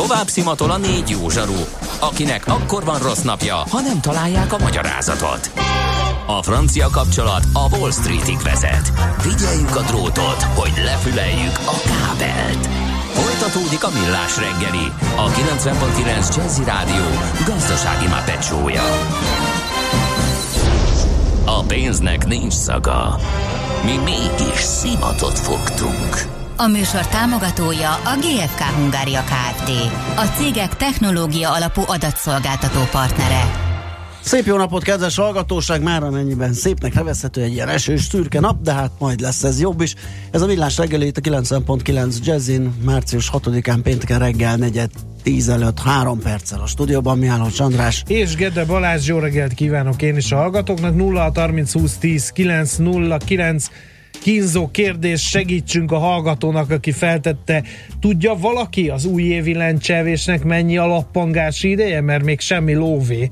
Tovább szimatol a 4 jó zsaru, akinek akkor van rossz napja, ha nem találják a magyarázatot. A francia kapcsolat a Wall Streetig vezet. Figyeljük a drótot, hogy lefüleljük a kábelt. Folytatódik a Millás reggeli, a 90.9 Jazzy Rádió gazdasági Muppet show-ja. A pénznek nincs szaga. Mi mégis szimatot fogtunk. A műsor támogatója a GFK Hungária Kft. A cégek technológia alapú adatszolgáltató partnere. Szép jó napot, kedves hallgatóság! Már amennyiben szépnek nevezhető egy ilyen esős, szürke nap, de hát majd lesz ez jobb is. Ez a Millás reggeli itt a 90.9 Jazzin, március 6-án pénteken reggel 4:10 előtt 3 perccel a stúdióban. Mihálovics András és Gede Balázs, jó reggelt kívánok én is a hallgatóknak. 0630 20 10 909 kínzó kérdés, segítsünk a hallgatónak, aki feltette. Tudja valaki az újévi lencselvésnek mennyi a lappangási ideje? Mert még semmi lóvé.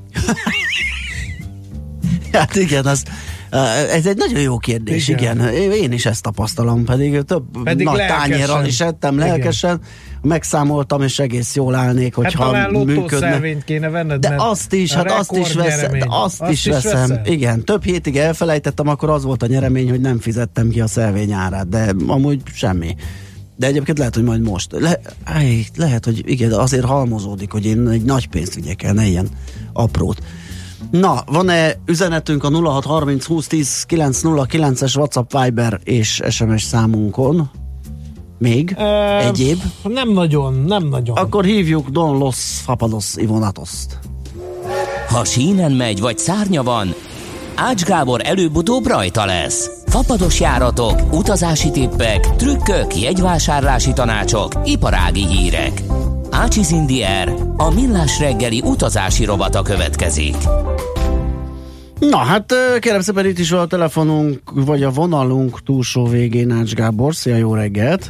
Hát igen, ez egy nagyon jó kérdés, igen. Én is ezt tapasztalom, pedig nagy tányérral is ettem lelkesen, megszámoltam, és egész jól állnék, hogyha hát működne. Hát lottószervényt kéne venned, de azt is veszem. Igen, több hétig elfelejtettem, akkor az volt a nyeremény, hogy nem fizettem ki a szervény árát, de amúgy semmi. De egyébként lehet, hogy majd most. Lehet, hogy igen, azért halmozódik, hogy én egy nagy pénzt vigyek el, ne ilyen aprót. Na, van-e üzenetünk a 0630 20 10 909-es WhatsApp, Viber és SMS számunkon? Még? Egyéb? Nem nagyon. Akkor hívjuk Don Los Fapados Ivonatoszt. Ha sínen megy, vagy szárnya van, Ács Gábor előbb-utóbb rajta lesz. Fapados járatok, utazási tippek, trükkök, jegyvásárlási tanácsok, iparági hírek. Ácsiz in the Air, a Millás reggeli utazási rovata következik. Na hát kérem szépen, itt is van a telefonunk, vagy a vonalunk túlsó végén Ács Gábor. Szia, jó reggelt!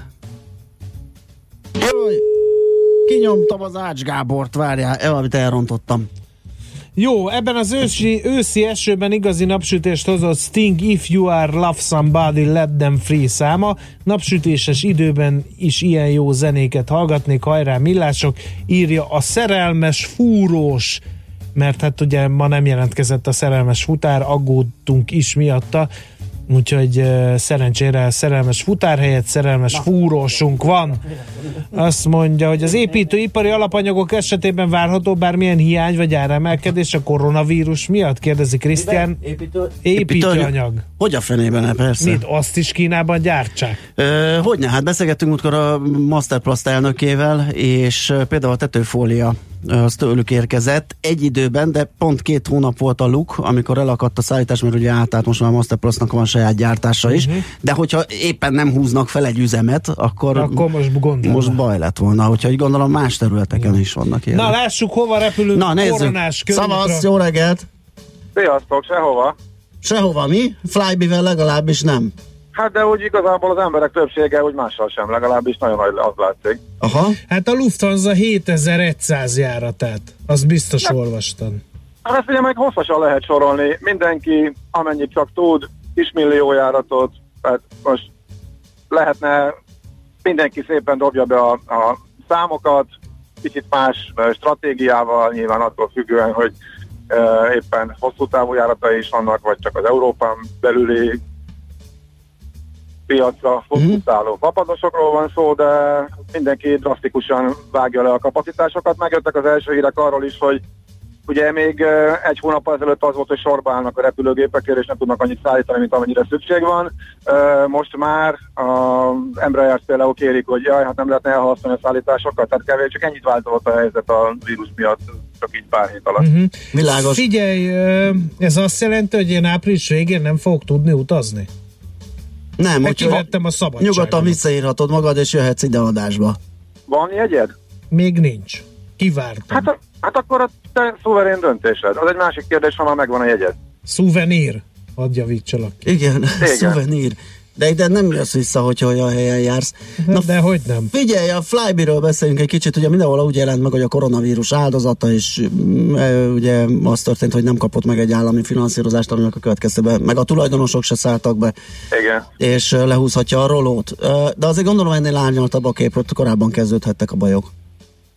Jaj, kinyomtam az Ács Gábort, várjál, amit elrontottam. Jó, ebben az őszi esőben igazi napsütést hozott Sting If You Are Love Somebody Let Them Free száma. Napsütéses időben is ilyen jó zenéket hallgatnék, hajrá millások, írja a szerelmes fúrós, mert hát ugye ma nem jelentkezett a szerelmes futár, aggódtunk is miatta, úgyhogy szerencsére szerelmes futár helyett szerelmes fúrósunk van. Azt mondja, hogy az építőipari alapanyagok esetében várható bármilyen hiány vagy áremelkedés a koronavírus miatt? Kérdezi Krisztián. Építőanyag. Hogy a fenében, persze. Mit, azt is Kínában gyártsák? Hogyne, hát beszélgettünk múltkor a Masterplast elnökével, és például a tetőfólia az tőlük érkezett egy időben, de pont 2 hónap volt a luk, amikor elakadt a szállítás, mert ugye átállt most már a Masterplastnak van saját gyártása is, de hogyha éppen nem húznak fel egy üzemet, akkor most baj lett volna, úgyhogy gondolom más területeken is vannak ilyen. Na lássuk, hova repülünk. Na Koronás körútra. Szavasz, jó reggelt! Sziasztok, sehova. Sehova, mi? Flybe-vel legalábbis nem. Hát de úgy igazából az emberek többsége úgy mással sem, legalábbis nagyon nagy az látszik. Aha. Hát a Lufthansa 7100 járatát, azt biztos olvastam. Hát ezt ugye meg hosszasan lehet sorolni, mindenki amennyit csak tud, kismillió járatot, tehát most lehetne, mindenki szépen dobja be a számokat, kicsit más stratégiával, nyilván attól függően, hogy éppen hosszú távú járatai is vannak, vagy csak az Európán belüli piacra fókuszáló fapadosokról van szó, de mindenki drasztikusan vágja le a kapacitásokat. Megjöttek az első hírek arról is, hogy ugye még 1 hónappal ezelőtt az volt, hogy sorba állnak a repülőgépekért, és nem tudnak annyit szállítani, mint amennyire szükség van. Most már az Embraer például kérik, hogy jaj, hát nem lehetne elhalasztani a szállításokat, tehát kevés, csak ennyit változott a helyzet a vírus miatt, csak így pár hét alatt. Világos. Figyelj, ez azt jelenti, hogy én április végén nem fogok tudni utazni? Nem, megkivettem a szabadságot. Nyugodtan visszaírhatod magad, és jöhetsz ide adásba. Van jegyed? Még nincs. Kivártam. Hát akkor a te szuverén döntésed. Az egy másik kérdés, ha már megvan a jegyed. Szuvenír. Hadd javítsalak ki. Igen. Szuvenír. De ide nem jössz vissza, hogyha olyan helyen jársz. Na, de hogy nem? Figyelj, a Flybe-ről beszéljünk egy kicsit, ugye mindenhol úgy jelent meg, hogy a koronavírus áldozata, és ugye az történt, hogy nem kapott meg egy állami finanszírozást, aminek a következtében meg a tulajdonosok se szálltak be. Igen. És lehúzhatja a rolót. De azért gondolom ennél árnyaltabb a kép, hogy korábban kezdődhettek a bajok.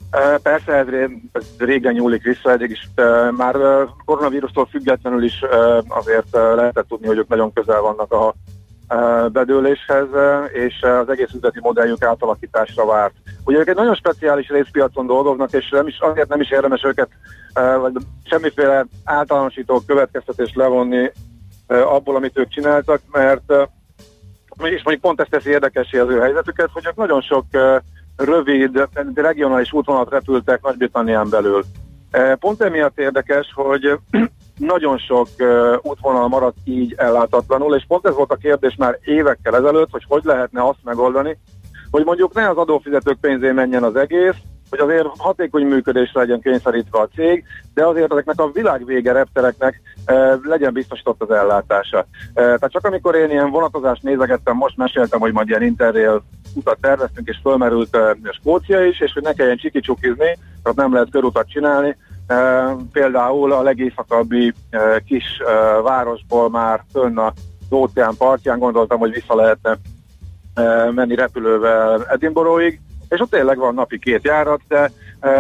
Persze, ez régen nyúlik vissza, eddig is már koronavírustól függetlenül is azért lehetett tudni, hogy ők nagyon közel vannak a bedőléshez, és az egész üzleti modelljük átalakításra várt. Ugye ők egy nagyon speciális részpiacon dolgoznak, és azért nem is érdemes őket vagy semmiféle általánosító következtetést levonni abból, amit ők csináltak, mert és mondjuk pont ezt teszi érdekessé az ő helyzetüket, hogy ők nagyon sok rövid, regionális útvonalat repültek Nagy-Britannián belül. Pont emiatt érdekes, hogy nagyon sok útvonal maradt így ellátatlanul, és pont ez volt a kérdés már évekkel ezelőtt, hogy lehetne azt megoldani, hogy mondjuk ne az adófizetők pénzé menjen az egész, hogy azért hatékony működésre legyen kényszerítve a cég, de azért ezeknek a világvége reptereknek legyen biztosított az ellátása. Tehát csak amikor én ilyen vonatozást nézegettem, most meséltem, hogy majd ilyen Interrail utat terveztünk, és fölmerült Skócia is, és hogy ne kelljen csiki-csukizni, tehát nem lehet körutat csinálni. Például a legészakabbi kis városból már fönn az óceán partján gondoltam, hogy vissza lehetne menni repülővel Edinburghig, és ott tényleg van napi 2 járat, de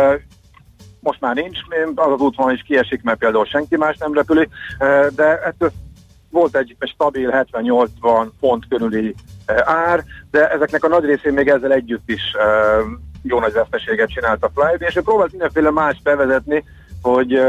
most már nincs, az az útvonal is kiesik, mert például senki más nem repüli, de ettől volt egy stabil 70-80 font körüli ár, de ezeknek a nagy részén még ezzel együtt is jó nagy veszteséget csinált a Flybe, és ő próbált mindenféle más bevezetni, hogy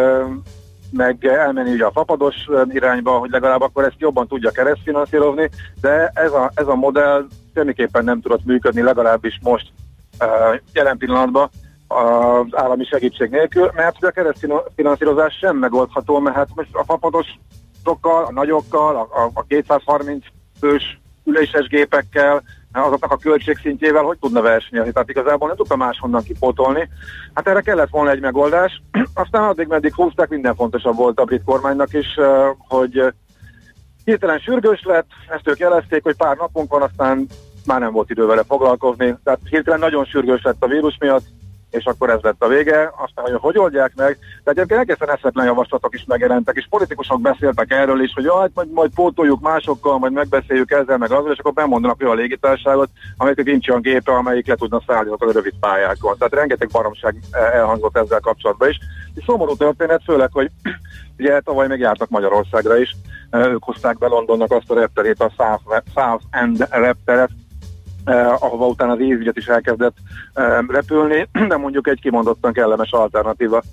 meg elmenni ugye a fapados irányba, hogy legalább akkor ezt jobban tudja keresztfinanszírozni, de ez a modell semmiképpen nem tudott működni, legalábbis most jelen pillanatban az állami segítség nélkül, mert hogy a keresztfinanszírozás sem megoldható, mert hát most a fapadosokkal, a nagyokkal, a 230 fős üléses gépekkel, azoknak a költségszintjével hogy tudna versenyezni, tehát igazából nem tudta máshonnan kipótolni. Hát erre kellett volna egy megoldás, aztán addig meddig húzták, minden fontosabb volt a brit kormánynak is, hogy hirtelen sürgős lett, ezt ők jelezték, hogy pár napunk van, aztán már nem volt idő vele foglalkozni, tehát hirtelen nagyon sürgős lett a vírus miatt, és akkor ez lett a vége, aztán hogy oldják meg, de egyébként egészen eszetlen javaslatok is megjelentek, és politikusok beszéltek erről is, hogy majd pótoljuk másokkal, majd megbeszéljük ezzel, meg azzal, és akkor bemondanak olyan légitárságot, amelyik nincs olyan gépe, amelyik le tudna szállni a rövid pályákon. Tehát rengeteg baromság elhangzott ezzel kapcsolatban is. És szomorú történet, főleg, hogy ugye tavaly még jártak Magyarországra is, ők hozták be Londonnak azt a repterét, a South End repteret, ahova utána az EasyJet is elkezdett repülni, de mondjuk egy kimondottan kellemes alternatíva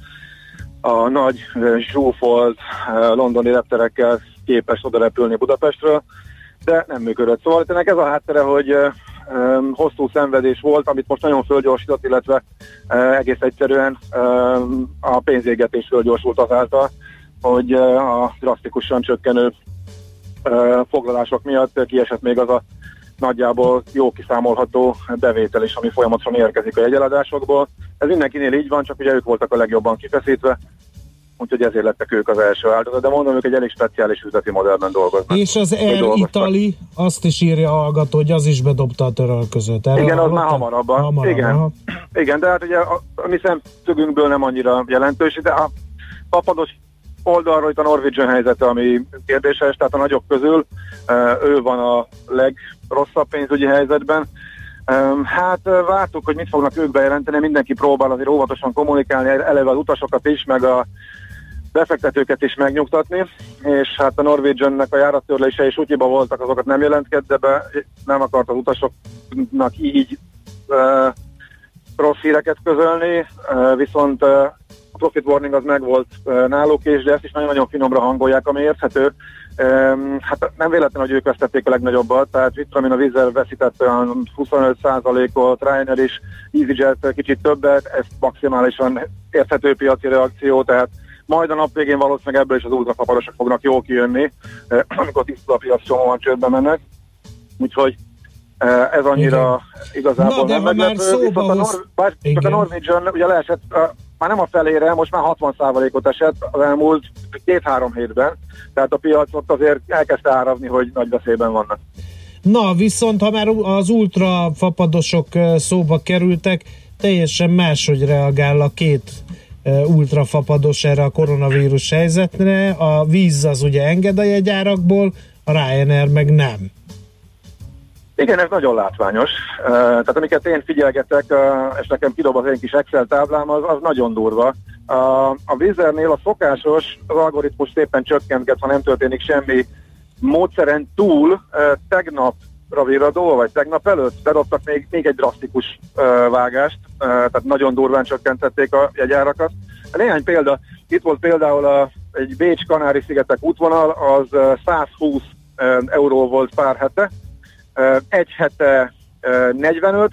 a nagy zsúfolt londoni repterekkel képes oda repülni Budapestről, de nem működött. Szóval ennek ez a háttere, hogy hosszú szenvedés volt, amit most nagyon fölgyorsított, illetve egész egyszerűen a pénzégetés fölgyorsult azáltal, hogy a drasztikusan csökkenő foglalások miatt kiesett még az a nagyjából jó kiszámolható bevétel is, ami folyamatosan érkezik a jegyeladásokból. Ez mindenkinél így van, csak ugye ők voltak a legjobban kifeszítve, úgyhogy ezért lettek ők az első áldozat, de mondom, ők egy elég speciális üzleti modellben dolgoznak. És az Air Italy, azt is írja a hallgató, hogy az is bedobta a törölközőt. Igen, az már hamarabban. Igen, de hát ugye a mi szemszögünkből nem annyira jelentős, de a papados oldalról itt a Norwegian helyzete, ami kérdéses, tehát a nagyok közül ő van a legrosszabb pénzügyi helyzetben. Hát vártuk, hogy mit fognak ők bejelenteni, mindenki próbál azért óvatosan kommunikálni, eleve az utasokat is, meg a befektetőket is megnyugtatni, és hát a Norwegiannek a járattörlése is útjiba voltak, azokat nem jelentkedte be, nem akart az utasoknak így rossz híreket közölni, viszont a profit warning az megvolt náluk is, de ezt is nagyon-nagyon finomra hangolják, ami érthető. Hát nem véletlen, hogy ők vesztették a legnagyobbat, tehát Vitramin a Wizz veszített olyan 25%-ot, Ryanair is, EasyJet kicsit többet, ez maximálisan érthető piaci reakció, tehát majd a nap végén valószínűleg ebből is az ultrafapadosok fognak jól kijönni, amikor tisztul a piac csomóan csődbe mennek. Úgyhogy ez annyira igazából nem meglepő. Csak a Norwegian ugye leesett, már nem a felére, most már 60%-ot esett az elmúlt 2-3 hétben, tehát a piac ott azért elkezdte árazni, hogy nagy veszélyben vannak. Na, viszont ha már az ultrafapadosok szóba kerültek, teljesen máshogy reagál a két ultrafapados erre a koronavírus helyzetre. A Wizz az ugye enged a jegyárakból, a Ryanair meg nem. Igen, ez nagyon látványos. Tehát amiket én figyelgetek, és nekem kidob az én kis Excel táblám, az nagyon durva. A Wizernél a szokásos, az algoritmus szépen csökkentget, ha nem történik semmi módszeren túl, tegnapra virradó, vagy tegnap előtt bedobtak még egy drasztikus vágást, tehát nagyon durván csökkentették a jegyárakat. Néhány példa, itt volt például egy Bécs-Kanári-szigetek útvonal, az 120 euró volt pár hete, egy hete 45,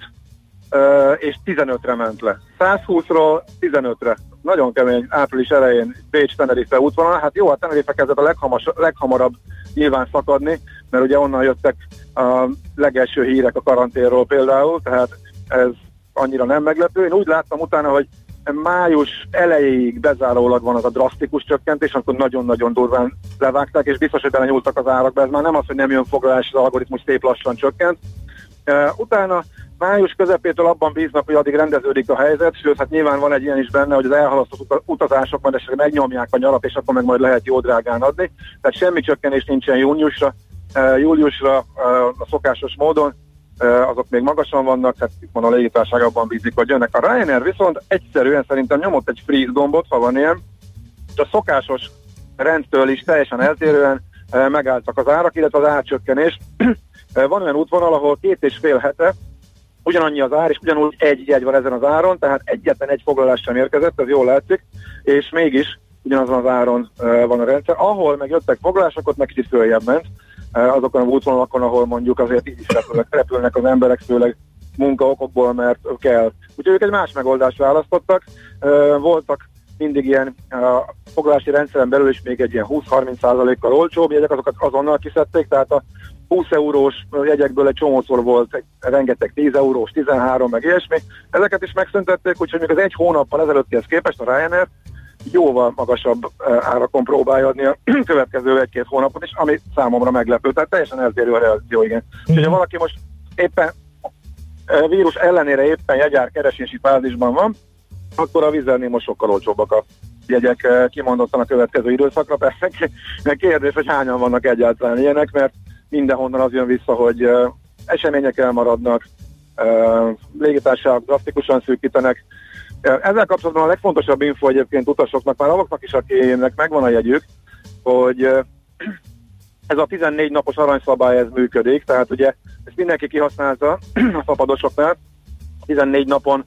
és 15-re ment le. 120-ról 15-re. Nagyon kemény, április elején Bécs-Tenerife útvonal. Hát jó, a Tenerife kezdett a leghamarabb nyilván szakadni, mert ugye onnan jöttek a legelső hírek a karanténról például, tehát ez annyira nem meglepő. Én úgy láttam utána, hogy május elejéig bezárólag van az a drasztikus csökkentés, akkor nagyon-nagyon durván levágták, és biztos, hogy belenyúltak az árakba. Ez már nem az, hogy nem jön foglalás, az algoritmus szép lassan csökkent. Utána május közepétől abban bíznak, hogy addig rendeződik a helyzet, sőt, hát nyilván van egy ilyen is benne, hogy az elhalasztott utazások majd esetleg megnyomják a nyarat, és akkor meg majd lehet jó drágán adni. Tehát semmi csökkenés nincsen júliusra a szokásos módon, azok még magasan vannak, hát itt van a légitársaság, abban bízik, hogy jönnek. A Ryanair viszont egyszerűen szerintem nyomott egy freeze gombot, ha van ilyen, és a szokásos rendtől is teljesen eltérően megálltak az árak, illetve az árcsökkenés. Van olyan útvonal, ahol 2,5 hete ugyanannyi az ár, és ugyanúgy egy jegy van ezen az áron, tehát egyetlen egy foglalás sem érkezett, ez jól látszik, és mégis ugyanazon az áron van a rendszer. Ahol meg jöttek foglalások, ott meg kicsit följebb ment, azokon a útvonalakon, ahol mondjuk azért így is repülnek az emberek, főleg munkaokokból, mert kell. Úgyhogy ők egy más megoldást választottak. Voltak mindig ilyen foglalási rendszeren belül is még egy ilyen 20-30%-kal olcsóbb jegyek, azokat azonnal kiszedték, tehát a 20 eurós jegyekből egy csomószor volt rengeteg 10 eurós, 13, meg ilyesmi. Ezeket is megszüntették, úgyhogy még az egy hónappal ezelőttihez képest a Ryanair jóval magasabb árakon próbálja adni a következő egy-két hónapot is, ami számomra meglepő. Tehát teljesen eltérő a reakció, igen. Mm-hmm. Ha valaki most éppen vírus ellenére éppen jegyár keresési fázisban van, akkor a Wizernél most sokkal olcsóbbak a jegyek kimondottan a következő időszakra. Persze kérdés, hogy hányan vannak egyáltalán ilyenek, mert mindenhonnan az jön vissza, hogy események elmaradnak, légitársaságok drasztikusan szűkítenek. Ezzel kapcsolatban a legfontosabb info egyébként utasoknak, már azoknak is, akinek megvan a jegyük, hogy ez a 14 napos aranyszabály ez működik, tehát ugye ezt mindenki kihasználta a fapadosoknál, 14 napon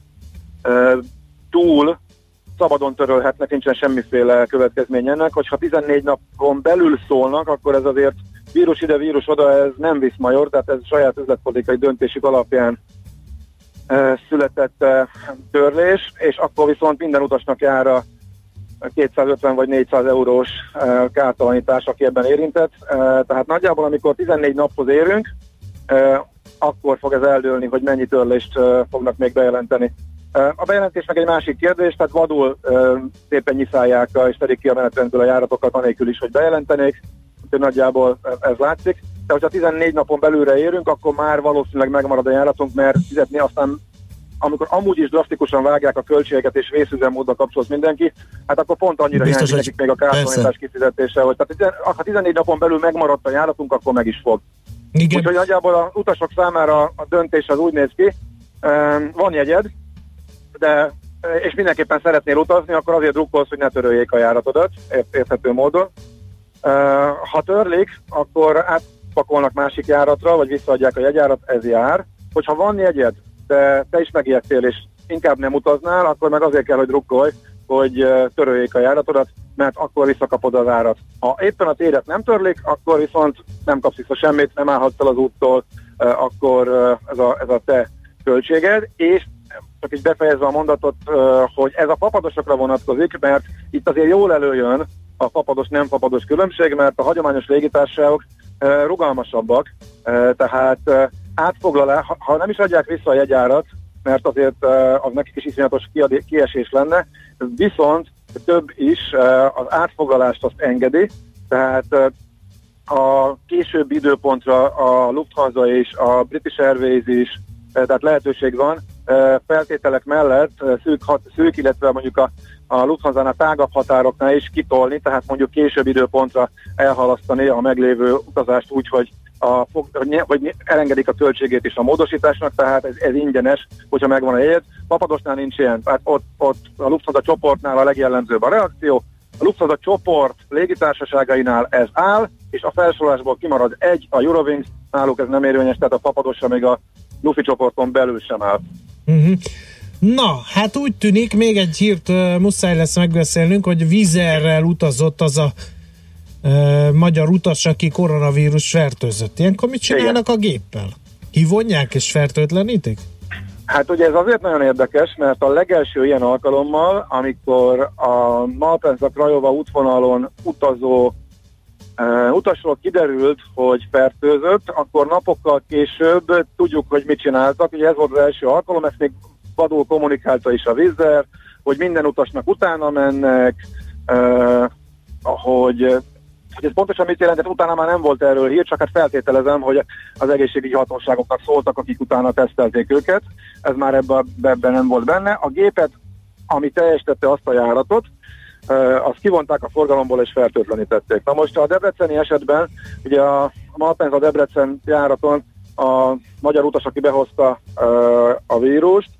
túl szabadon törölhetnek, nincsen semmiféle következmény ennek, hogyha 14 napon belül szólnak, akkor ez azért vírus ide, vírus oda, ez nem visz major, tehát ez saját üzletpolitikai döntésük alapján született törlés, és akkor viszont minden utasnak jár a 250 vagy 400 eurós kártalanítás, aki ebben érintett. Tehát nagyjából, amikor 14 naphoz érünk, akkor fog ez eldőlni, hogy mennyi törlést fognak még bejelenteni. A bejelentés meg egy másik kérdés, tehát vadul szépen nyiszálják és tedik ki a menetrendből a járatokat, anélkül is, hogy bejelentenék, úgyhogy nagyjából ez látszik. De hogyha 14 napon belülre érünk, akkor már valószínűleg megmarad a járatunk, mert fizetni aztán, amikor amúgy is drasztikusan vágják a költségeket és vészüzemmódba kapcsolt mindenki, hát akkor pont annyira hiányzik nekik még a kártalanítás kifizetése, hogy tehát, ha 14 napon belül megmaradt a járatunk, akkor meg is fog. Úgyhogy nagyjából az utasok számára a döntés az úgy néz ki, van jegyed, de és mindenképpen szeretnél utazni, akkor azért drukkolsz, hogy ne töröljék a járatodat, érthető módon. Ha törlik, akkor átpakolnak másik járatra, vagy visszaadják a jegyárat, ez jár. Hogyha van jegyed, de te is megijedtél, és inkább nem utaznál, akkor meg azért kell, hogy drukkolj, hogy töröljék a járatodat, mert akkor visszakapod az árat. Ha éppen a téret nem törlik, akkor viszont nem kapsz vissza semmit, nem állhatsz el az úttól, akkor ez a te költséged, és csak is befejezve a mondatot, hogy ez a fapadosokra vonatkozik, mert itt azért jól előjön a fapados-nem fapados különbség, mert a hagyományos légitársaságok rugalmasabbak, tehát átfoglalás, ha nem is adják vissza a jegyárat, mert azért az nekik is iszonyatos kiesés lenne, viszont több is az átfoglalást azt engedi, tehát a későbbi időpontra a Lufthansa és a British Airways is, tehát lehetőség van feltételek mellett szűk, illetve mondjuk a Lufthansa-nál tágabb határoknál is kitolni, tehát mondjuk később időpontra elhalasztani a meglévő utazást úgy, hogy vagy elengedik a költségét is a módosításnak, tehát ez ingyenes, hogyha megvan a jegyed. Papadosnál nincs ilyen, tehát ott a Lufthansa csoportnál a legjellemzőbb a reakció, a Lufthansa csoport légitársaságainál ez áll, és a felsorolásból kimarad egy, a Eurowings, náluk ez nem érvényes, tehát a Papadosra még a Lufi csoporton belül sem áll. Na, hát úgy tűnik, még egy hírt muszáj lesz megbeszélnünk, hogy Wizzairrel utazott az a magyar utas, aki koronavírus fertőzött. Ilyenkor mit csinálnak a géppel? Kivonják és fertőtlenítik? Hát ugye ez azért nagyon érdekes, mert a legelső ilyen alkalommal, amikor a Malpensa-Craiova útvonalon utazó utasról kiderült, hogy fertőzött, akkor napokkal később tudjuk, hogy mit csináltak. Ugye ez volt az első alkalom, ezt még vadul kommunikálta is a Wizzair, hogy minden utasnak utána mennek, hogy ez pontosan mit jelentett, utána már nem volt erről hír, csak hát feltételezem, hogy az egészségügyi hatóságoknak szóltak, akik utána tesztelték őket, ez már ebben nem volt benne. A gépet, ami teljesítette azt a járatot, azt kivonták a forgalomból és fertőtlenítették. Na most a debreceni esetben, ugye a Malpensa-Debrecen járaton a magyar utas, aki behozta a vírust,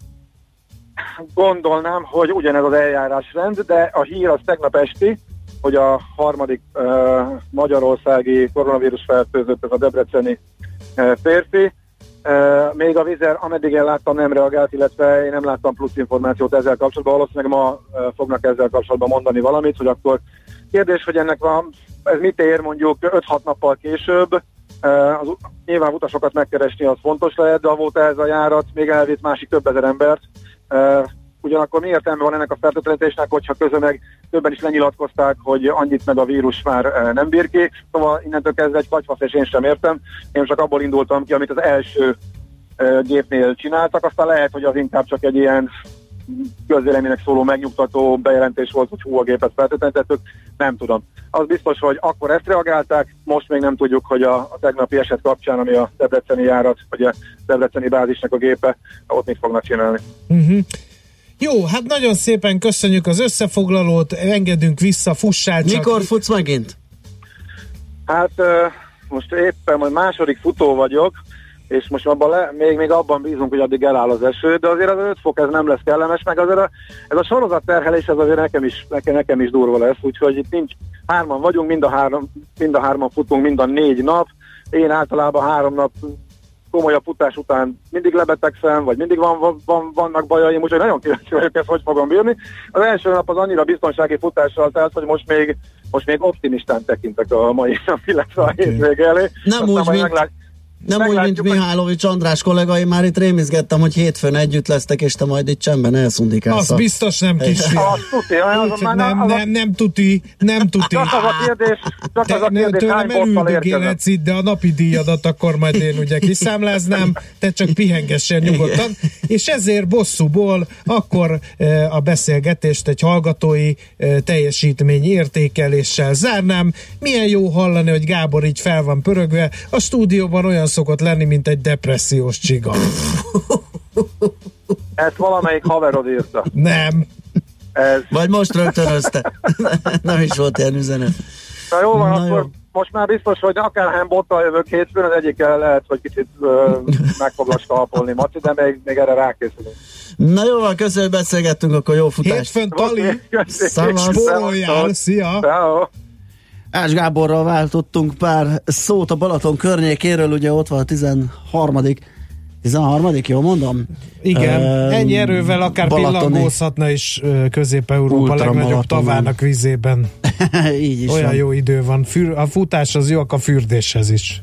gondolnám, hogy ugyanez az eljárásrend, de a hír az tegnap esti, hogy a harmadik magyarországi koronavírus fertőzött, ez a debreceni férfi. Még a Wizzair, ameddig én láttam, nem reagált, illetve én nem láttam plusz információt ezzel kapcsolatban. Valószínűleg ma fognak ezzel kapcsolatban mondani valamit, hogy akkor kérdés, hogy ennek ez mit ér mondjuk 5-6 nappal később. Nyilván utasokat megkeresni az fontos lehet, de avóta ez a járat még elvitt másik több ezer embert. Ugyanakkor mi értelme van ennek a fertőtlenítésnek, hogyha közben meg többen is lenyilatkozták, hogy annyit meg a vírus már nem bír ki. Szóval innentől kezdve egy katyvasz, és én sem értem. Én csak abból indultam ki, amit az első gépnél csináltak, aztán lehet, hogy az inkább csak egy ilyen közvéleménynek szóló megnyugtató bejelentés volt, hogy a gépet fertőtlenítettük, nem tudom. Az biztos, hogy akkor ezt reagálták, most még nem tudjuk, hogy a tegnapi eset kapcsán, ami a debreceni járat, vagy a debreceni bázisnak a gépe, ott mit fognak csinálni. Jó, hát nagyon szépen köszönjük az összefoglalót, engedünk vissza, fussál csak. Mikor futsz megint? Hát most éppen majd második futó vagyok, és most még abban bízunk, hogy addig eláll az eső, de azért az 5 fok ez nem lesz kellemes, meg azért ez a sorozatterhelés, ez azért nekem is durva lesz, úgyhogy itt nincs, 3-an vagyunk, mind a hárman futunk, mind a 4 nap, én általában 3 nap komolyabb futás után mindig lebetegszem, vagy mindig vannak bajaim, úgyhogy nagyon kíváncsi vagyok, ezt hogy fogom bírni. Az első nap az annyira biztonsági futással telt, hogy most még optimistán tekintek a mai nap, illetve a hétvége elé. Nem úgy, mint Mihálovics András kollega, én már itt rémizgettem, hogy hétfőn együtt lesztek, és te majd itt csendben elszundikálsz. Az biztos nem kisfiam. Nem tuti. Csak az a kérdés, tőlem elüldögélhetsz itt, de a napi díjadat akkor majd én ugye kiszámláznám, te csak pihengessen nyugodtan, és ezért bosszúból akkor a beszélgetést egy hallgatói teljesítmény értékeléssel zárnám. Milyen jó hallani, hogy Gábor így fel van pörögve, a stúdióban olyan szokott lenni, mint egy depressziós csiga. Ezt valamelyik haverod írta. Nem. Vagy most rögtönözte. Nem is volt ilyen üzenet. Na jó van, akkor jó. Most már biztos, hogy akárhány bottal jövök hétfőn, az egyikkel lehet, hogy kicsit meg foglak skalpolni, Maci, de még erre rákészülünk. Na jó van, köszönjük, beszélgettünk, akkor jó futást. Hétfőn Tali, spóroljál, szia! Ciao. Ács Gáborral váltottunk pár szót a Balaton környékéről, ugye ott van a 13. Jól mondom? Igen, ennyi erővel akár pillangózhatna is Közép-Európa legnagyobb tavának vizében. Így is olyan van. Jó idő van. A futás az jó, a fürdéshez is.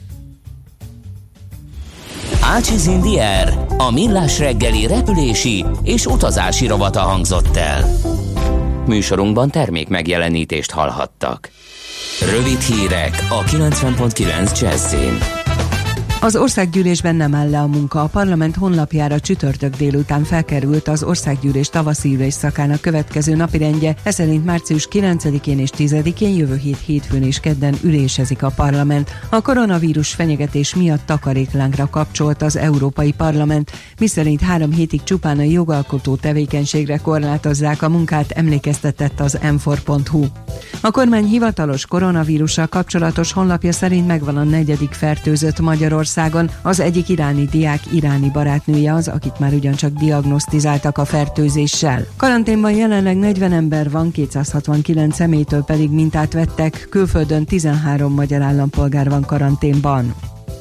Ácsiz Indiér, a millás reggeli repülési és utazási rovata hangzott el. Műsorunkban termék megjelenítést hallhattak. Rövid hírek a 90.9 Jazz-in. Az országgyűlésben nem áll le a munka. A parlament honlapjára csütörtök délután felkerült az országgyűlés tavaszi ülésszakának következő napirendje. Ez szerint március 9-én és 10-én jövő hét hétfőn és kedden ülésezik a parlament. A koronavírus fenyegetés miatt takaréklángra kapcsolt az Európai Parlament, miszerint 3 hétig csupán a jogalkotó tevékenységre korlátozzák a munkát, emlékeztetett az m4.hu. A kormány hivatalos koronavírussal kapcsolatos honlapja szerint megvan a 4. fertőzött Magyarországon. Az egyik iráni diák iráni barátnője az, akit már ugyancsak diagnosztizáltak a fertőzéssel. Karanténban jelenleg 40 ember van, 269 személytől pedig mintát vettek, külföldön 13 magyar állampolgár van karanténban.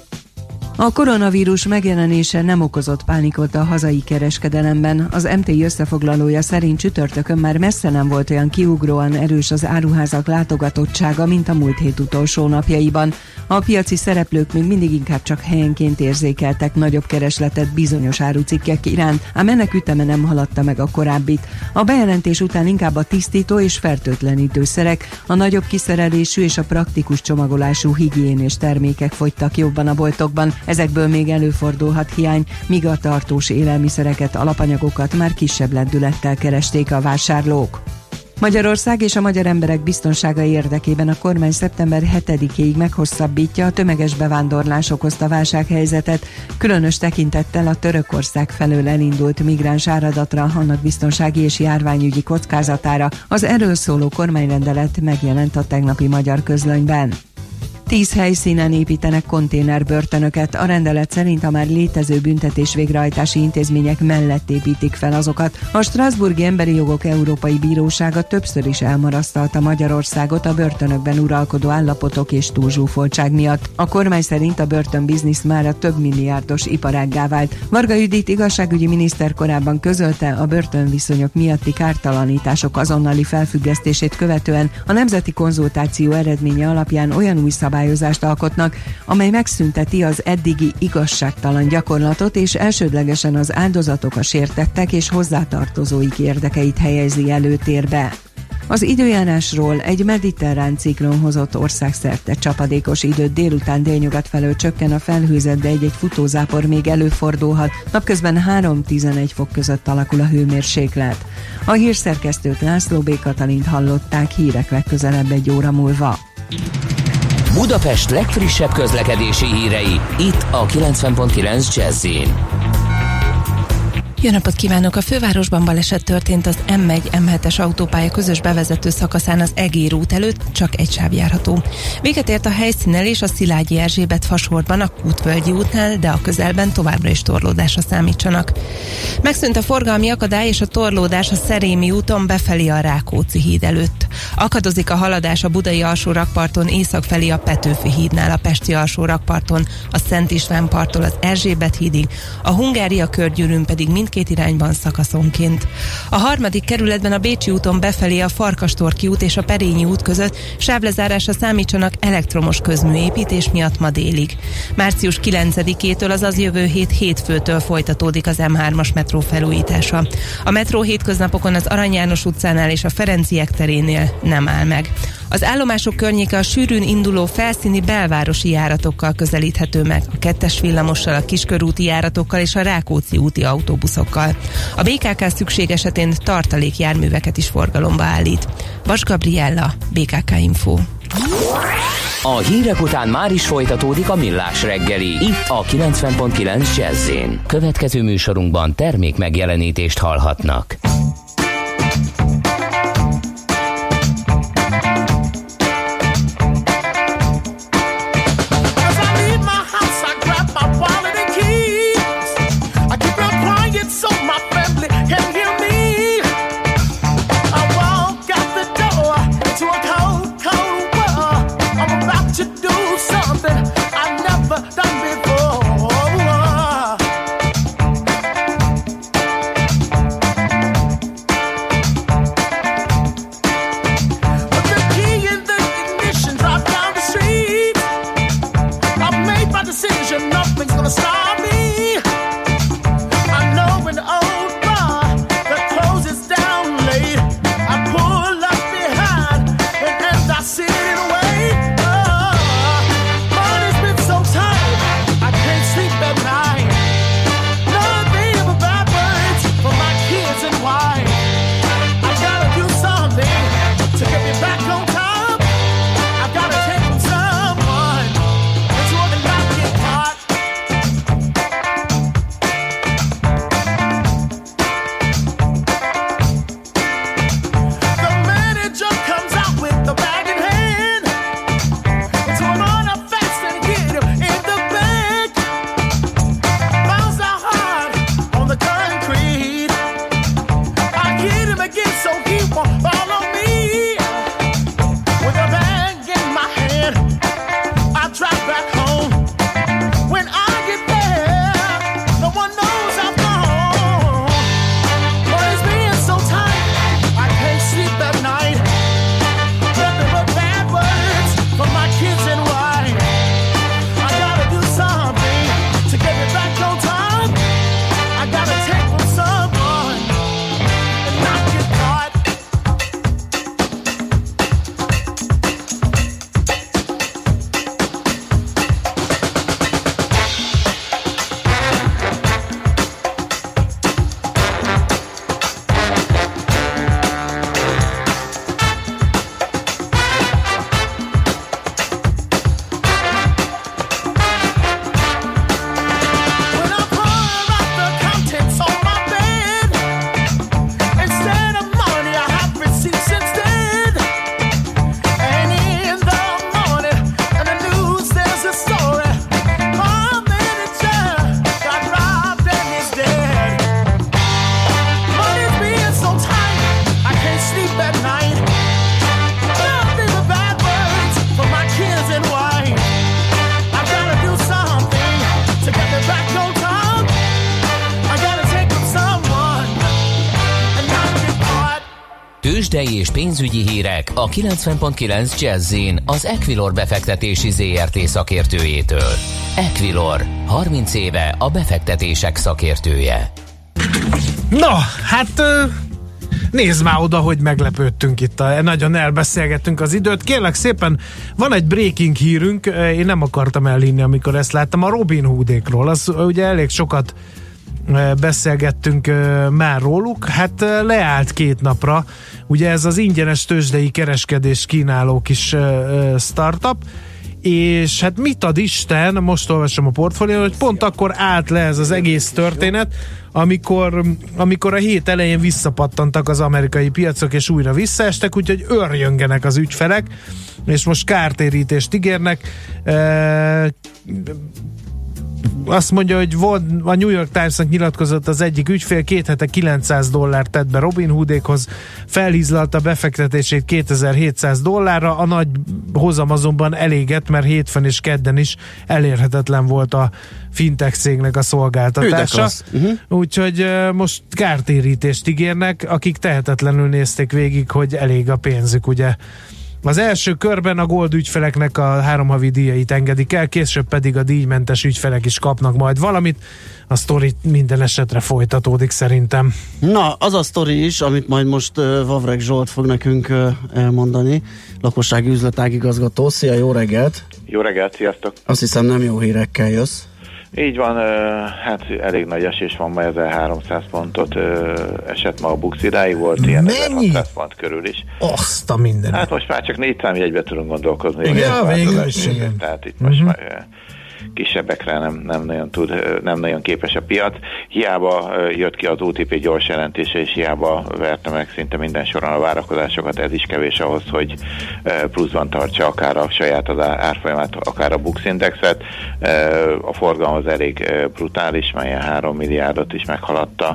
A koronavírus megjelenése nem okozott pánikot a hazai kereskedelemben. Az MTI összefoglalója szerint csütörtökön már messze nem volt olyan kiugróan erős az áruházak látogatottsága, mint a múlt hét utolsó napjaiban. A piaci szereplők még mindig inkább csak helyenként érzékeltek nagyobb keresletet bizonyos árucikkek iránt, ám ennek üteme nem haladta meg a korábbit. A bejelentés után inkább a tisztító és fertőtlenítőszerek, a nagyobb kiszerelésű és a praktikus csomagolású higiénés termékek fogytak jobban a boltokban. Ezekből még előfordulhat hiány, míg a tartós élelmiszereket, alapanyagokat már kisebb lendülettel keresték a vásárlók. Magyarország és a magyar emberek biztonsága érdekében a kormány szeptember 7-ig meghosszabbítja a tömeges bevándorlás okozta válsághelyzetet, különös tekintettel a Törökország felől elindult migráns áradatra, annak biztonsági és járványügyi kockázatára. Az erről szóló kormányrendelet megjelent a tegnapi Magyar Közlönyben. 10 helyszínen építenek konténerbörtönöket. A rendelet szerint a már létező büntetés végrehajtási intézmények mellett építik fel azokat. A Strasbourgi Emberi Jogok Európai Bírósága többször is elmarasztalta Magyarországot a börtönökben uralkodó állapotok és túlzsúfoltság miatt. A kormány szerint a börtönbiznisz mára több milliárdos iparággá vált. Varga Judit igazságügyi miniszter korábban közölte, a börtönviszonyok miatti kártalanítások azonnali felfüggesztését követően a nemzeti konzultáció eredménye alapján olyan új szabályozást alkotnak, amely megszünteti az eddigi igazságtalan gyakorlatot, és elsődlegesen az áldozatok, a sértettek és hozzátartozóik érdekeit helyezi előtérbe. Az időjárásról: egy mediterrán ciklon hozott országszerte csapadékos időt, délután délnyugat felől csökken a felhőzet, de egy-egy futózápor még előfordulhat. Napközben 3-11 fok között alakul a hőmérséklet. A hírszerkesztőt, László B. Katalint hallották, hírek legközelebb 1 óra múlva. Budapest legfrissebb közlekedési hírei, itt a 90.9 Jazz-in. Jó napot kívánok! A fővárosban baleset történt az M1-M7-es autópálya közös bevezető szakaszán az Egér út előtt, csak egy sáv járható. Véget ért a helyszínelés a Szilágyi Erzsébet fasorban, a Kútvölgyi útnál, de a közelben továbbra is torlódásra számítsanak. Megszűnt a forgalmi akadály és a torlódás a Szerémi úton befelé a Rákóczi híd előtt. Akadozik a haladás a Budai alsórakparton észak felé a Petőfi hídnál, a Pesti alsórakparton, a Szent István parttól az Erzsébet hídig, a Hungária körgyűrűn pedig mindkét irányban szakaszonként. A 3. kerületben a Bécsi úton befelé a Farkastorki út és a Perényi út között sávlezárásra számítsanak elektromos közműépítés miatt ma délig. Március 9-től, azaz jövő hét hétfőtől folytatódik az M3-as metró felújítása. A metró hétköznapokon az Arany János utcánál és a Ferenciek terénél nem áll meg. Az állomások környéke a sűrűn induló felszíni belvárosi járatokkal közelíthető meg, a 2-es villamossal, a Kiskörúti járatokkal és a Rákóczi úti autóbuszokkal. A BKK szükség esetén tartalékjárműveket is forgalomba állít. Vas Gabriella, BKK Info. A hírek után már is folytatódik a Millás reggeli, itt a 90.9 Jazz-in. Következő műsorunkban termék megjelenítést hallhatnak. Tőzsdei és pénzügyi hírek a 90.9 Jazz-in az Equilor befektetési ZRT szakértőjétől. Equilor, 30 éve a befektetések szakértője. Na, hát nézd már oda, hogy meglepődtünk itt, nagyon elbeszélgettünk az időt. Kérlek szépen, van egy breaking hírünk, én nem akartam elhinni, amikor ezt láttam, a Robin Hoodékról. Az ugye elég sokat beszélgettünk már róluk, hát leállt 2 napra, ugye ez az ingyenes tőzsdei kereskedés kínáló kis startup, és hát mit ad Isten, most olvasom a portfólión, hogy pont akkor állt le ez az egész történet, amikor a hét elején visszapattantak az amerikai piacok, és újra visszaestek, úgyhogy örjöngenek az ügyfelek, és most kártérítést ígérnek. Azt mondja, hogy a New York Times-nak nyilatkozott az egyik ügyfél, 2 hete $900 tett be Robin Hoodékhoz, felhízlalta befektetését $2700, a nagy hozam azonban elégett, mert hétfőn és kedden is elérhetetlen volt a fintech cégnek a szolgáltatása. Úgyhogy most kártérítést ígérnek, akik tehetetlenül nézték végig, hogy elég a pénzük, ugye. Az első körben a Gold ügyfeleknek a 3 havi díjait engedik el, később pedig a díjmentes ügyfelek is kapnak majd valamit. A sztori minden esetre folytatódik szerintem. Na, az a sztori is, amit majd most Vavreg Zsolt fog nekünk elmondani. Lakossági üzletágigazgató. Szia, jó reggelt! Jó reggelt, sziasztok! Azt hiszem, nem jó hírekkel jössz. Így van, hát elég nagy esés van, ma 1300 pontot esett ma a Bux, idáig volt ilyen 1600 pont körül is. Azt a mindenit. Hát most már csak 4 számjegybe tudunk gondolkozni. Ja, végül is, igen. Tehát itt most már kisebbekre nem nagyon képes a piac. Hiába jött ki az OTP gyors jelentése, és hiába verte meg szinte minden soron a várakozásokat, ez is kevés ahhoz, hogy pluszban tartsa akár a saját az árfolyamát, akár a Bux Indexet. A forgalom az elég brutális, melyen 3 milliárdot is meghaladta,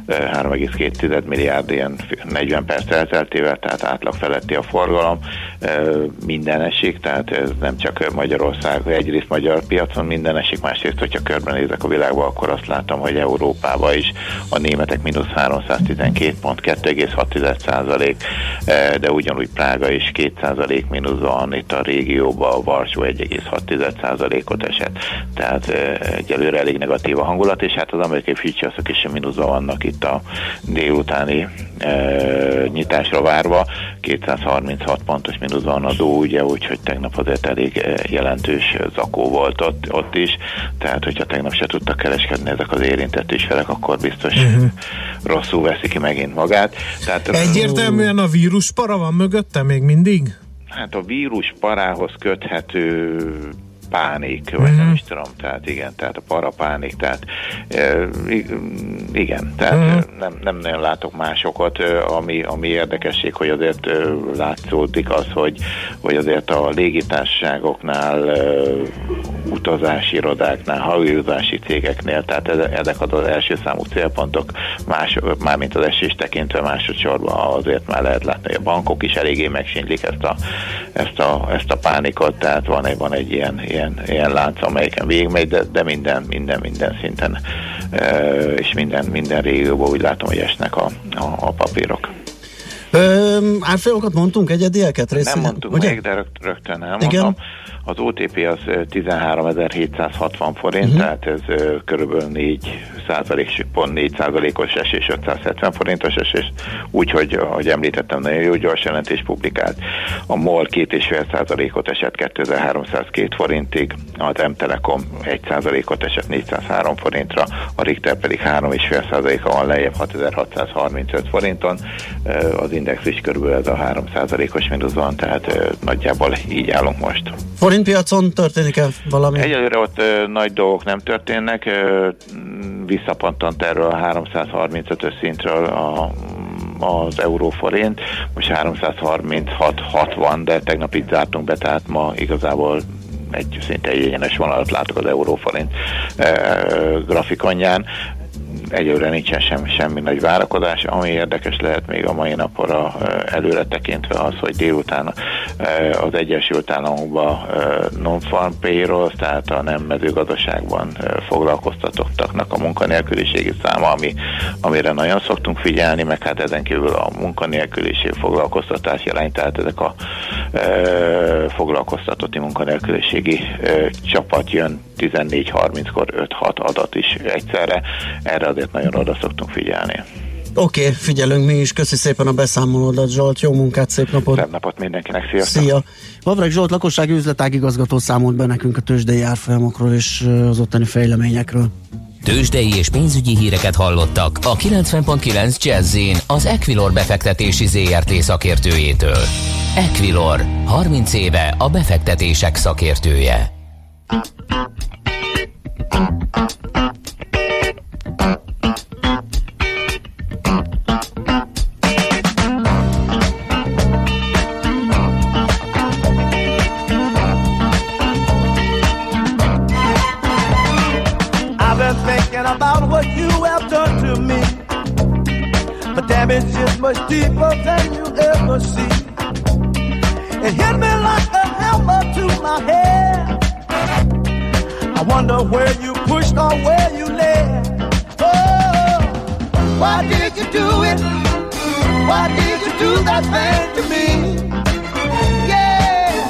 3,2 milliárd ilyen 40 perc elteltével, tehát átlag feletti a forgalom. Minden esik, tehát ez nem csak Magyarország, egyrészt magyar piacon minden esik, másrészt, hogyha körbenézek a világba, akkor azt látom, hogy Európában is a németek mínusz 312 pont, 2,6%, de ugyanúgy Prága is 2% mínusz van, itt a régióban a Varsó 1,6%-ot esett, tehát egyelőre elég negatív a hangulat, és hát az amerikai futures-ok is mínuszban vannak itt a délutáni nyitásra várva, 236 pontos mínuszban van a Dow, ugye, úgyhogy tegnap azért elég jelentős zakó volt ott is, tehát hogyha tegnap se tudtak kereskedni ezek az érintett ügyfelek, akkor biztos rosszul veszi ki megint magát. Tehát, egyértelműen a víruspara van mögötte még mindig? Hát a vírusparához köthető pánik, vagy nem is tudom, tehát igen, tehát a parapánik, tehát igen, tehát nem nagyon látok másokat, ami érdekesség, hogy azért látszódik az, hogy azért a légitársaságoknál, utazási irodáknál, hajózási cégeknél, tehát ezek az első számú célpontok, mármint az esést tekintve másodszorban azért már lehet látni, hogy a bankok is eléggé megsínlik ezt a pánikot, tehát van egy ilyen lánc, amelyiken végigmegy, de minden szinten és minden régióban úgy látom, hogy esnek a papírok. Árfolyamokat mondtunk, egyedieket? Nem mondtunk még, de rögtön elmondom. Az OTP az 13.760 forint, tehát ez körülbelül 4%-os esés, 570 forintos esés, úgyhogy, ahogy említettem, nagyon jó gyors jelentés publikált. A MOL 2,5%-ot esett 2302 forintig, az M-Telekom 1%-ot esett 403 forintra, a Richter pedig 3,5%-a van lejjebb 6635 forinton, az Index is körülbelül ez a 3%-os mínusz van, tehát nagyjából így állunk most. Forintpiacon történik-e valami? Egyelőre ott nagy dolgok nem történnek, visszapattant erről a 335-ös szintről az euróforint, most 336.60, de tegnap itt zártunk be, tehát ma igazából szinte egy egyenes vonalat látok az euróforint grafikonján. egyelőre nincsen semmi nagy várakozás. Ami érdekes lehet még a mai napra előre tekintve az, hogy délután az Egyesült Államokban non-farm payroll, tehát a nem mezőgazdaságban foglalkoztatottaknak a munkanélküliségi száma, amire nagyon szoktunk figyelni, meg hát ezen kívül a munkanélküliség, foglalkoztatási arány, tehát ezek a foglalkoztatotti munkanélküliségi csapat jön 14:30-kor 5-6 adat is egyszerre, erre azért nagyon oda szoktunk figyelni. Oké, figyelünk mi is, köszi szépen a beszámolódat, Zsolt, jó munkát, szép napot! Szép napot mindenkinek, sziasztok! Szia! Vavreg Zsolt lakossági üzletágigazgató számolt be nekünk a tőzsdei árfolyamokról és az ottani fejleményekről. Tőzsdei és pénzügyi híreket hallottak a 90.9 Jazz-in az Equilor befektetési ZRT szakértőjétől. Equilor, 30 éve a befektetések szakértője. About what you have done to me. The damage is much deeper than you ever see. It hit me like a hammer to my head. I wonder where you pushed or where you led. Oh, why did you do it? Why did you do that thing to me? Yeah.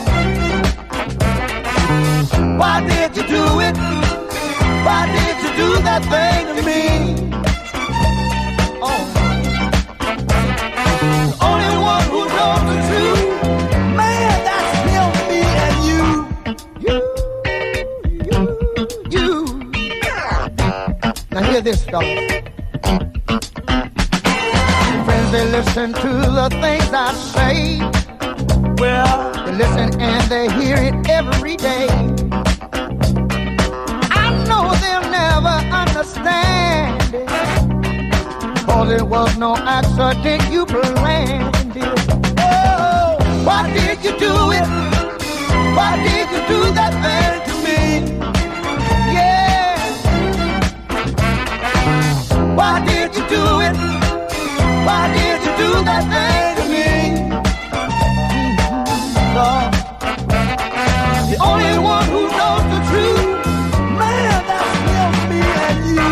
Why did you do it? Why did you do that thing to me? Oh, the only one who knows the truth, man, that's him, me, and you. Now hear this, fellas. Friends, they listen to the things I say. Well, they listen and they hear it every day. They'll never understand it, 'cause it was no accident, you planned it. Oh, why did you do it? Why did you do that thing to me? Yeah. Why did you do it? Why did you do that thing to me? Lord, the only one who knows the truth, man, that's him, me, and you.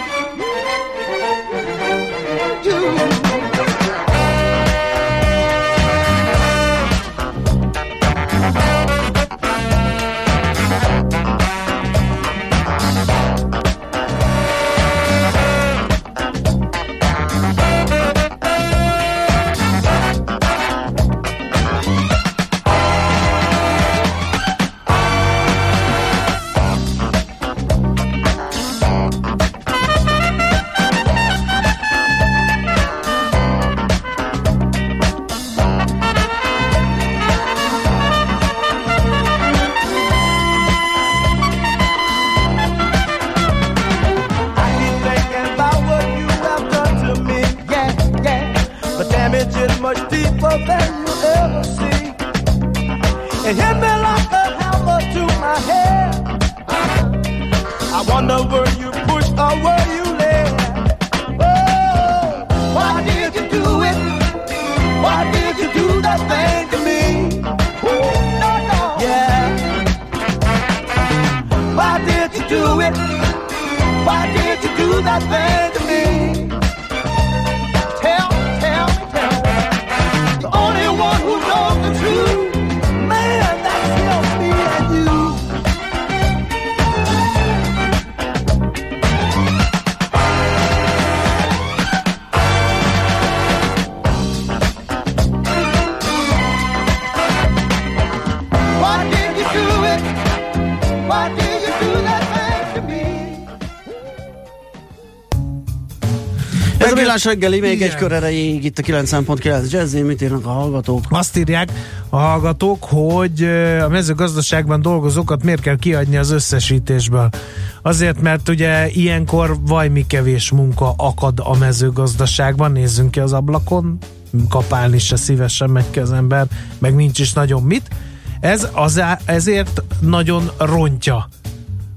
Reggeli, még egy kör erejéig itt a 90.9 Jazz-én, mit írnak a hallgatók? Azt írják a hallgatók, hogy a mezőgazdaságban dolgozókat miért kell kiadni az összesítésből. Azért, mert ugye ilyenkor vajmi kevés munka akad a mezőgazdaságban, nézzünk ki az ablakon, kapálni se szívesen megy ki az ember, meg nincs is nagyon mit. Ezért nagyon rontja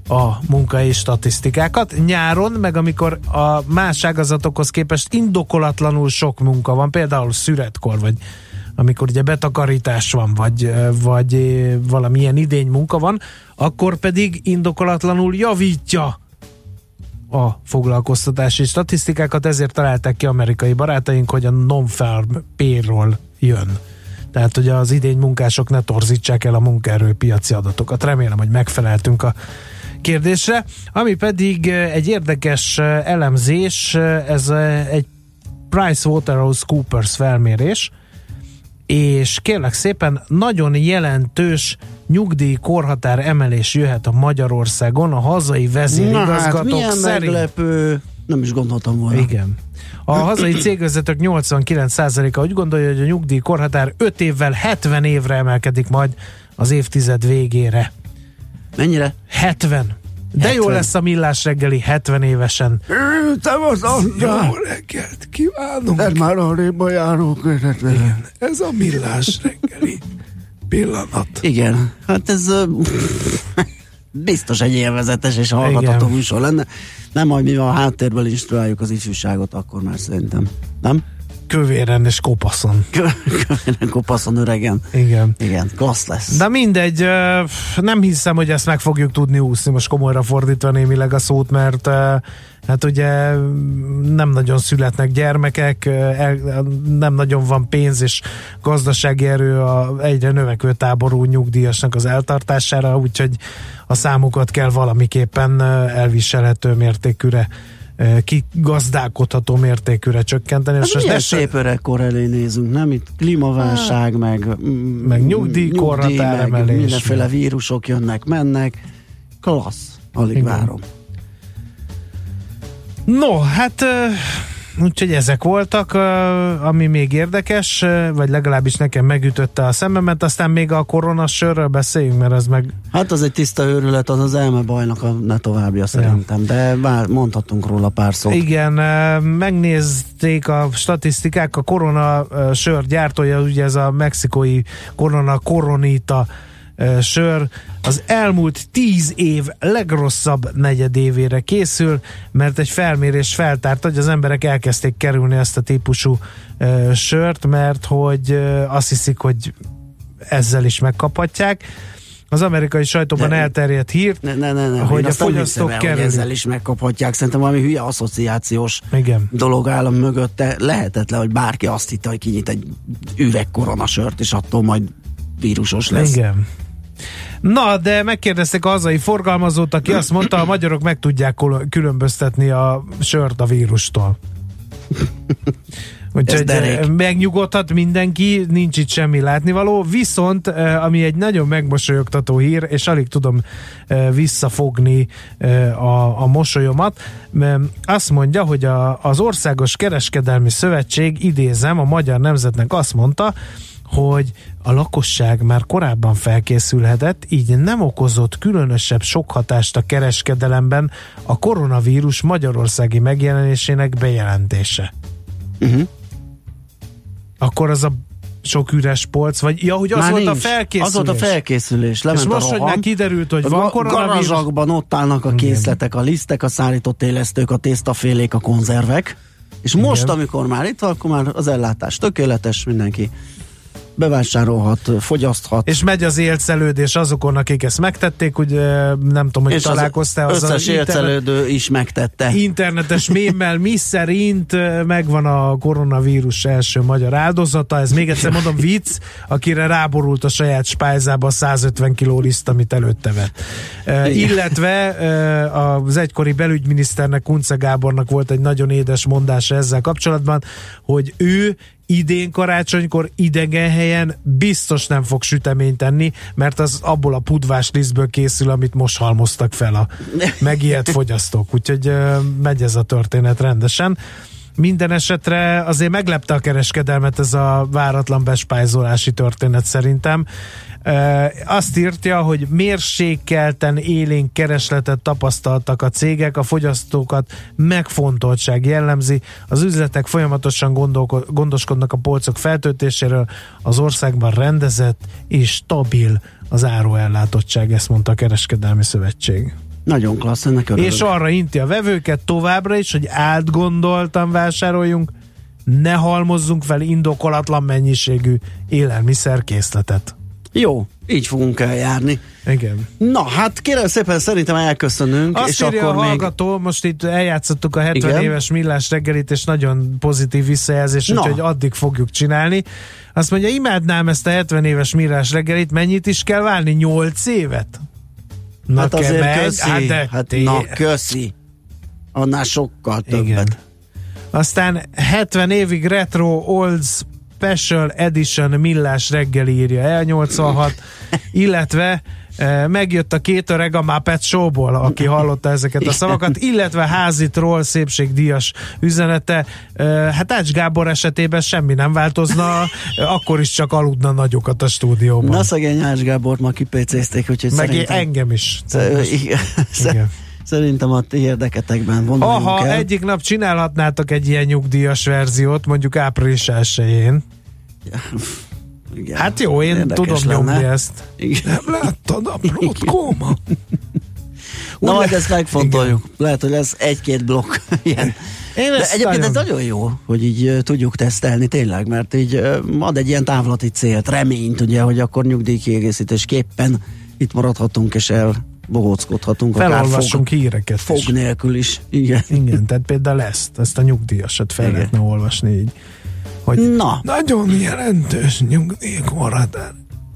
a munkahelyi statisztikákat. Nyáron, meg amikor a más ágazatokhoz képest indokolatlanul sok munka van, például szüretkor, vagy amikor ugye betakarítás van, vagy valamilyen idény munka van, akkor pedig indokolatlanul javítja a foglalkoztatási statisztikákat, ezért találták ki amerikai barátaink, hogy a non-farm payroll jön. Tehát, hogy az idény munkások ne torzítsák el a munkaerőpiaci adatokat. Remélem, hogy megfeleltünk a kérdésre. Ami pedig egy érdekes elemzés, ez egy PricewaterhouseCoopers felmérés, és kérlek szépen, nagyon jelentős nyugdíjkorhatár emelés jöhet a Magyarországon a hazai vezérigazgatók szerint. Meglepő, nem is gondoltam volna. Igen. A hazai cégvezetők 89%-a úgy gondolja, hogy a nyugdíjkorhatár 5 évvel 70 évre emelkedik majd az évtized végére. Mennyire? 70. De 70. Jó lesz a Millás reggeli 70 évesen. Jó reggelt kívánunk! Ez már arrébb járó Igen, ez a Millás reggeli pillanat. Igen, hát ez biztos egy élvezetes és hallgatható műsor lenne. Nem, majd mi a háttérből instruáljuk az ifjúságot, akkor már szerintem. Nem? Kövéren és kopaszon. Kövéren, kopaszon, öregen. Igen, klassz lesz. De mindegy, nem hiszem, hogy ezt meg fogjuk tudni úszni, most komolyra fordítva némileg a szót, mert hát ugye nem nagyon születnek gyermekek, nem nagyon van pénz és gazdasági erő a egyre növekvő táború nyugdíjasnak az eltartására, úgyhogy a számukat kell valamiképpen elviselhető mértékűre, kigazdálkodható mértékűre csökkenteni. Ez milyen szép öregkor elé nézünk, nem? Itt klímaválság, meg nyugdíjkorhatár emelés. Mindenféle vírusok jönnek, mennek. Klassz, alig várom. No, hát úgyhogy ezek voltak, ami még érdekes, vagy legalábbis nekem megütötte a szememet, aztán még a koronasörről beszéljünk, mert ez meg... Hát az egy tiszta őrület, az elmebajnak a ne továbbja szerintem, de már mondhatunk róla pár szót. Igen, megnézték a statisztikák, a koronasör gyártója, ugye ez a mexikói Coronita sör az elmúlt 10 év legrosszabb negyedévére készül, mert egy felmérés feltárta, hogy az emberek elkezdték kerülni ezt a típusú sört, mert hogy azt hiszik, hogy ezzel is megkaphatják. Az amerikai sajtóban elterjedt hírt, hogy a fogyasztók kerülni. Ezzel is megkaphatják. Szerintem valami hülye asszociációs dolog áll mögötte. Lehetetlen, hogy bárki azt hitte, hogy kinyit egy üveg koronasört, és attól majd vírusos lesz. Igen. Na, de megkérdezték a hazai forgalmazót, aki azt mondta, a magyarok meg tudják különböztetni a sört a vírustól. Úgyhogy megnyugodhat mindenki, nincs itt semmi látnivaló, viszont ami egy nagyon megmosolyogtató hír, és alig tudom visszafogni a mosolyomat, azt mondja, hogy az Országos Kereskedelmi Szövetség, idézem, a Magyar Nemzetnek azt mondta, hogy a lakosság már korábban felkészülhetett, így nem okozott különösebb sok hatást a kereskedelemben a koronavírus magyarországi megjelenésének bejelentése. Akkor az a sok üres polc, vagy hogy az volt nincs. A felkészülés. Az volt a felkészülés. És most, hogy már kiderült, hogy van koronavírus. Garazsakban ott állnak a készletek, a lisztek, a szárított élesztők, a tésztafélék, a konzervek. És most, amikor már itt van, akkor már az ellátás tökéletes, mindenki bevásárolhat, fogyaszthat. És megy az élcelődés azokon, akik ezt megtették, úgy nem tudom, hogy találkoztál azzal. Összes élcelődő is megtette. Internetes mémmel, mi szerint megvan a koronavírus első magyar áldozata, ez még egyszer mondom vicc, akire ráborult a saját spájzába 150 kiló liszt, amit előtte vett. Illetve az egykori belügyminiszternek, Kunce Gábornak volt egy nagyon édes mondása ezzel kapcsolatban, hogy ő idén karácsonykor idegen helyen biztos nem fog süteményt enni, mert az abból a pudvás lisztből készül, amit most halmoztak fel a megijedt fogyasztók. Úgyhogy megy ez a történet rendesen. Minden esetre azért meglepte a kereskedelmet ez a váratlan bespájzolási történet szerintem. Azt írja, hogy mérsékelten élénk keresletet tapasztaltak a cégek, a fogyasztókat megfontoltság jellemzi, az üzletek folyamatosan gondoskodnak a polcok feltöltéséről, az országban rendezett és stabil az áruellátottság, ezt mondta a Kereskedelmi Szövetség. Nagyon klassz, ennek örülök. És arra inti a vevőket továbbra is, hogy átgondoltan vásároljunk, ne halmozzunk fel indokolatlan mennyiségű élelmiszerkészletet. Jó, így fogunk eljárni. Igen. Na, hát kérem szépen, szerintem elköszönünk. Azt és írja akkor a hallgató, most itt eljátszottuk a 70 igen? éves millás reggelit, és nagyon pozitív visszajelzés, úgyhogy addig fogjuk csinálni. Azt mondja, imádnám ezt a 70 éves millás reggelit, mennyit is kell várni? 8 évet? Na, hát azért köszi. Köszi. Annál sokkal többet. Igen. Aztán 70 évig Retro Old Special Edition millás reggeli írja el 86, illetve megjött a két öreg a Muppet Show-ból, aki hallotta ezeket a szavakat, illetve Házitról szépségdíjas üzenete. Hát Ács Gábor esetében semmi nem változna, akkor is csak aludna nagyokat a stúdióban. Na szegény Ács Gábort ma kipécézték, úgyhogy meg szerintem... engem is. Igen. Szerintem a ti érdeketekben vonuljunk el. Egyik nap csinálhatnátok egy ilyen nyugdíjas verziót, mondjuk április 1-én. Igen. Hát jó, én érdekes tudom lenne. nyomni ezt. Igen. Nem láttad a Plótkóma? Na majd ezt megfontoljuk. Igen. Lehet, hogy lesz egy-két blokk ilyen. De egyébként ez nagyon jó, hogy így tudjuk tesztelni tényleg, mert így ad egy ilyen távlati célt, reményt, ugye, hogy akkor nyugdíjkiegészítésképpen itt maradhatunk és elbogóckodhatunk. Felolvassunk híreket fog nélkül is. Igen. Igen, tehát például ezt a nyugdíjasat fel lehetne olvasni így. Hogy na. Nagyon jelentős nyugdíjkorhatár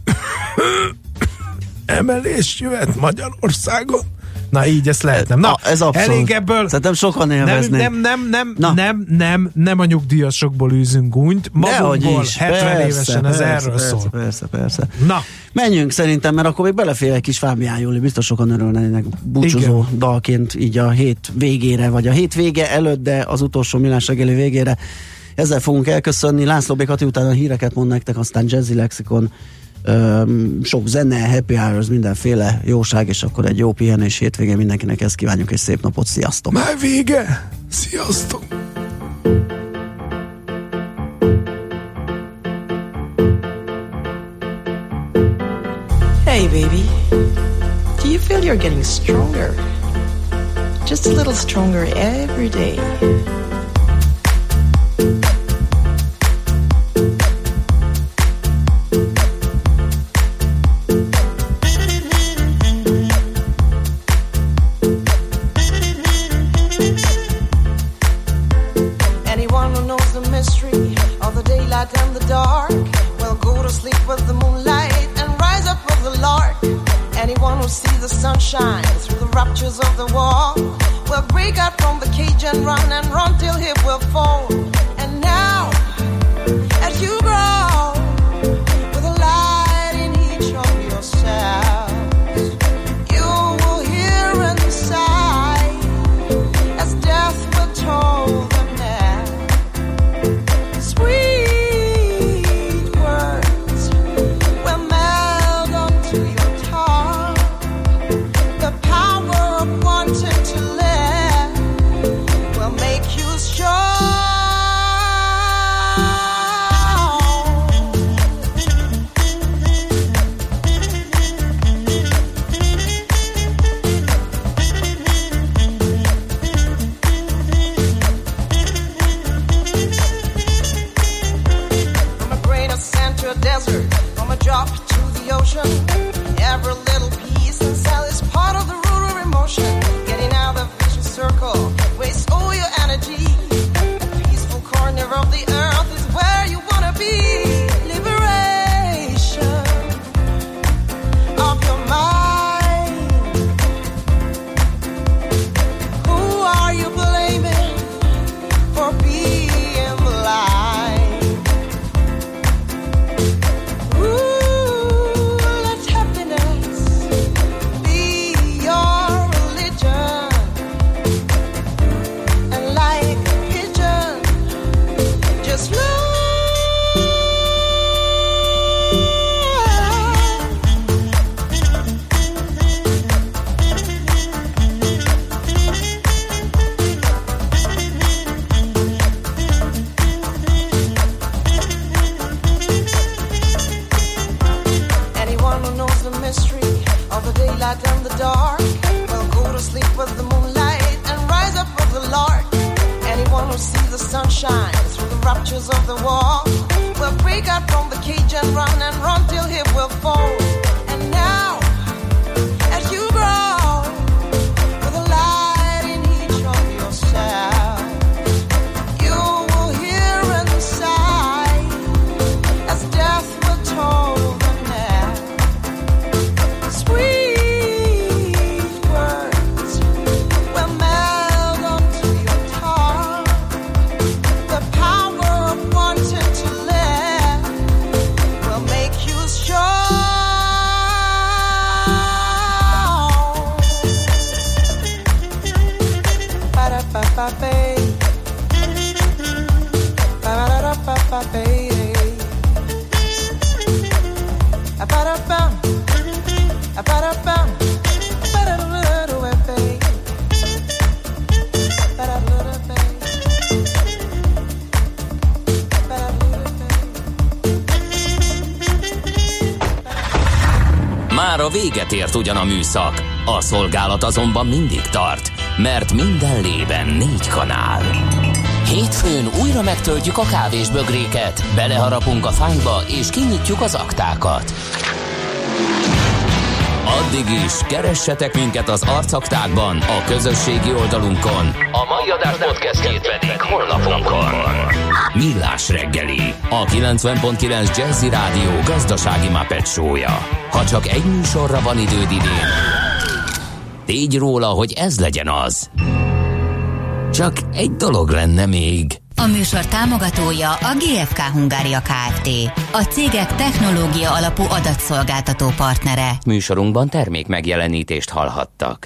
emelés jöhet Magyarországon. Na így ezt lehetne. Na, ez abszolút. Elég ebből. Szerintem sokan élveznék. Nem a nyugdíjasokból űzünk gúnyt, magunkból 70 évesen, ez erről szól. Persze. Na. Menjünk szerintem, mert akkor még belefér egy kis Fábián Júli, biztos sokan örülnének búcsúzó dalként így a hét végére, vagy a hét vége előtt, de az utolsó millás reggeli végére. Ezzel fogunk elköszönni. László B. Kati után a híreket mond nektek, aztán Jazzy Lexikon, sok zene, happy hours, mindenféle jóság, és akkor egy jó pihenés hétvégén mindenkinek ezt kívánjuk, és szép napot, sziasztok! Már vége! Sziasztok! Hey baby, do you feel you're getting stronger? Just a little stronger every day. And the dark will go to sleep with the moonlight and rise up with the lark. Anyone who sees the sunshine through the raptures of the wall will break out from the cage and run till he will fall. And now, as you grow with a light in each of yourselves, you will hear inside as death will toll the net. Sweet every little piece inside is part of the rural emotion. Getting out of the vicious circle, waste all your energy. A peaceful corner of the earth is where you wanna be. Liberation of your mind. Who are you blaming for being blind? Ooh. Anyone who knows the mystery of the daylight and the dark will go to to sleep with the moonlight and rise up with the lark. Anyone who sees the sunshine through the ruptures of the wall will break out from the cage and run till he will fall. And now, as you grow with a light in each of yourself, you will hear inside as death will toll the knell. Sweet words will meld onto your tongue. The power of wanting to live will make you strong. Ba-da-ba-ba-ba. Ba-da-da-ba-ba-ba. Ba-da-bum. Ba-da-bum. Ba-da-da-da-da-da-da. Ba-da-da-da-da. Már a véget ért ugyan a műszak, a szolgálat azonban mindig tart, mert minden lében 4 kanál. Hétfőn újra megtöltjük a kávésbögréket, beleharapunk a fányba és kinyitjuk az aktákat. Addig is keressetek minket az arcaktákban, a közösségi oldalunkon, a mai adás podcastjét pedig honlapunkon. Millás reggeli, a 90.9 Jazzy Rádió gazdasági Muppet show-ja. Ha csak egy műsorra van időd idén, tégy róla, hogy ez legyen az. Csak egy dolog lenne még. A műsor támogatója a GFK Hungária Kft. A cégek technológia alapú adatszolgáltató partnere. Műsorunkban termék megjelenítést hallhattak.